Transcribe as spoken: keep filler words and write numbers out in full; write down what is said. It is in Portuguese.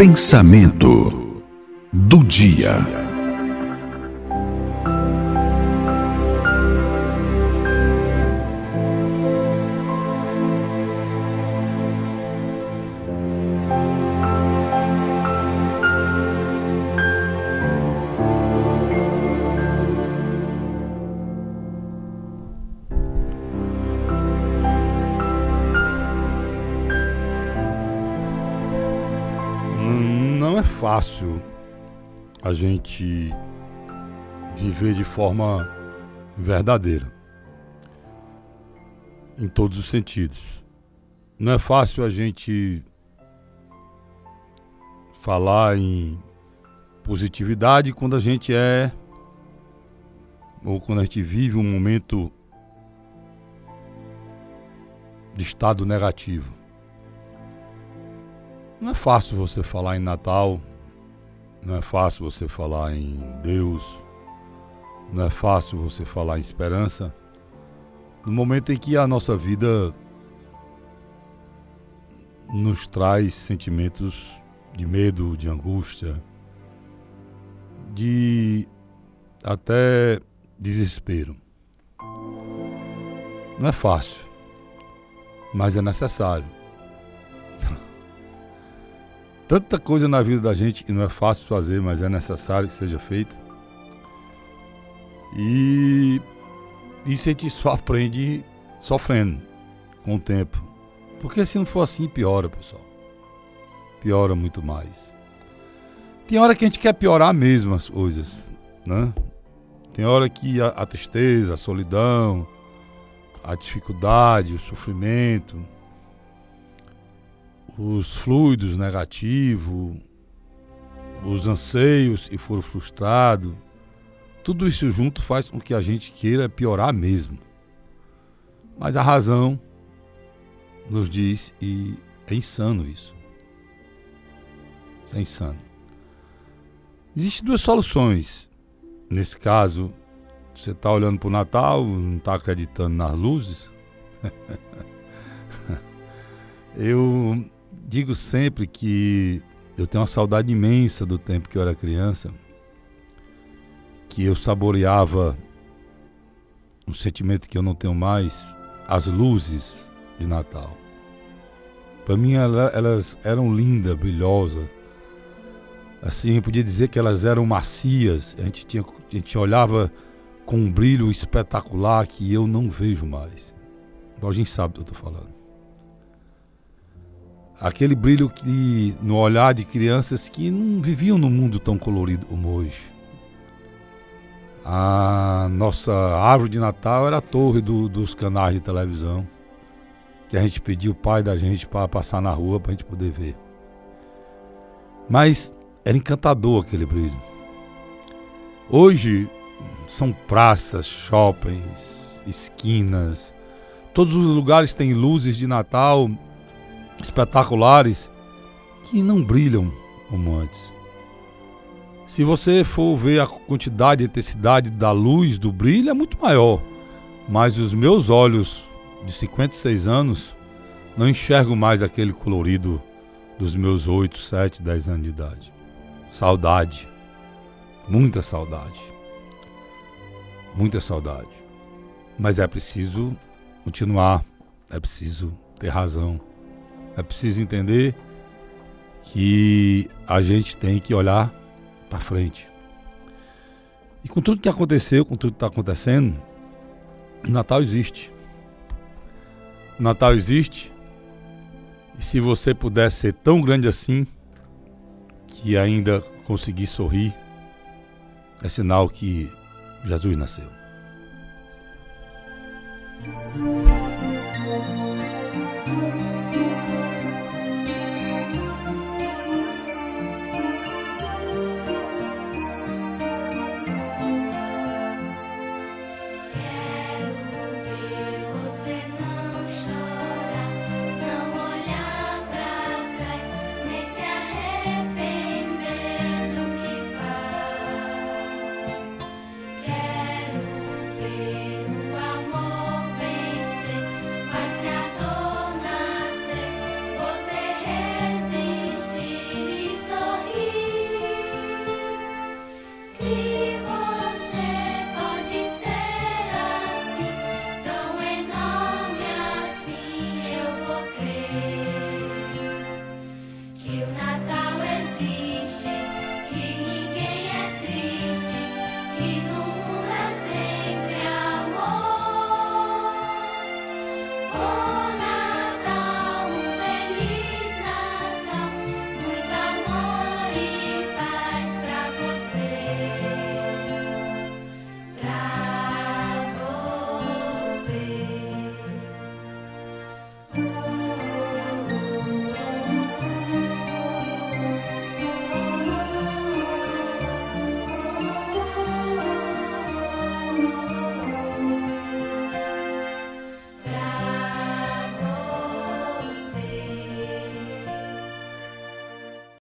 Pensamento do dia. Não é fácil a gente viver de forma verdadeira, em todos os sentidos. Não é fácil a gente falar em positividade quando a gente é, ou quando a gente vive um momento de estado negativo. Não é fácil você falar em Natal, não é fácil você falar em Deus, não é fácil você falar em esperança, no momento em que a nossa vida nos traz sentimentos de medo, de angústia, de até desespero. Não é fácil, mas é necessário. Tanta coisa na vida da gente que não é fácil fazer, mas é necessário que seja feito. E isso a gente só aprende sofrendo com o tempo. Porque se não for assim, piora, pessoal. Piora muito mais. Tem hora que a gente quer piorar mesmo as coisas, né? Tem hora que a, a tristeza, a solidão, a dificuldade, o sofrimento, os fluidos negativos, os anseios que foram frustrados, tudo isso junto faz com que a gente queira piorar mesmo. Mas a razão nos diz, e é insano isso. Isso é insano. Existem duas soluções. Nesse caso, você está olhando para o Natal, não está acreditando nas luzes. Eu digo sempre que eu tenho uma saudade imensa do tempo que eu era criança, que eu saboreava um sentimento que eu não tenho mais, as luzes de Natal. Para mim elas eram lindas, brilhosas. Assim, eu podia dizer que elas eram macias. A gente, tinha, a gente olhava com um brilho espetacular que eu não vejo mais. A gente sabe do que eu estou falando. Aquele brilho que, no olhar de crianças que não viviam num mundo tão colorido como hoje. A nossa árvore de Natal era a torre do, dos canais de televisão, que a gente pedia o pai da gente para passar na rua para a gente poder ver. Mas era encantador aquele brilho. Hoje são praças, shoppings, esquinas, todos os lugares têm luzes de Natal espetaculares que não brilham como antes. Se você for ver a quantidade e intensidade da luz, do brilho, é muito maior. Mas os meus olhos de cinquenta e seis anos não enxergam mais aquele colorido dos meus oito, sete, dez anos de idade. Saudade. Muita saudade. Muita saudade. Mas é preciso continuar. É preciso ter razão. É preciso entender que a gente tem que olhar para frente. E com tudo que aconteceu, com tudo que está acontecendo, o Natal existe. O Natal existe. E se você puder ser tão grande assim, que ainda conseguir sorrir, é sinal que Jesus nasceu.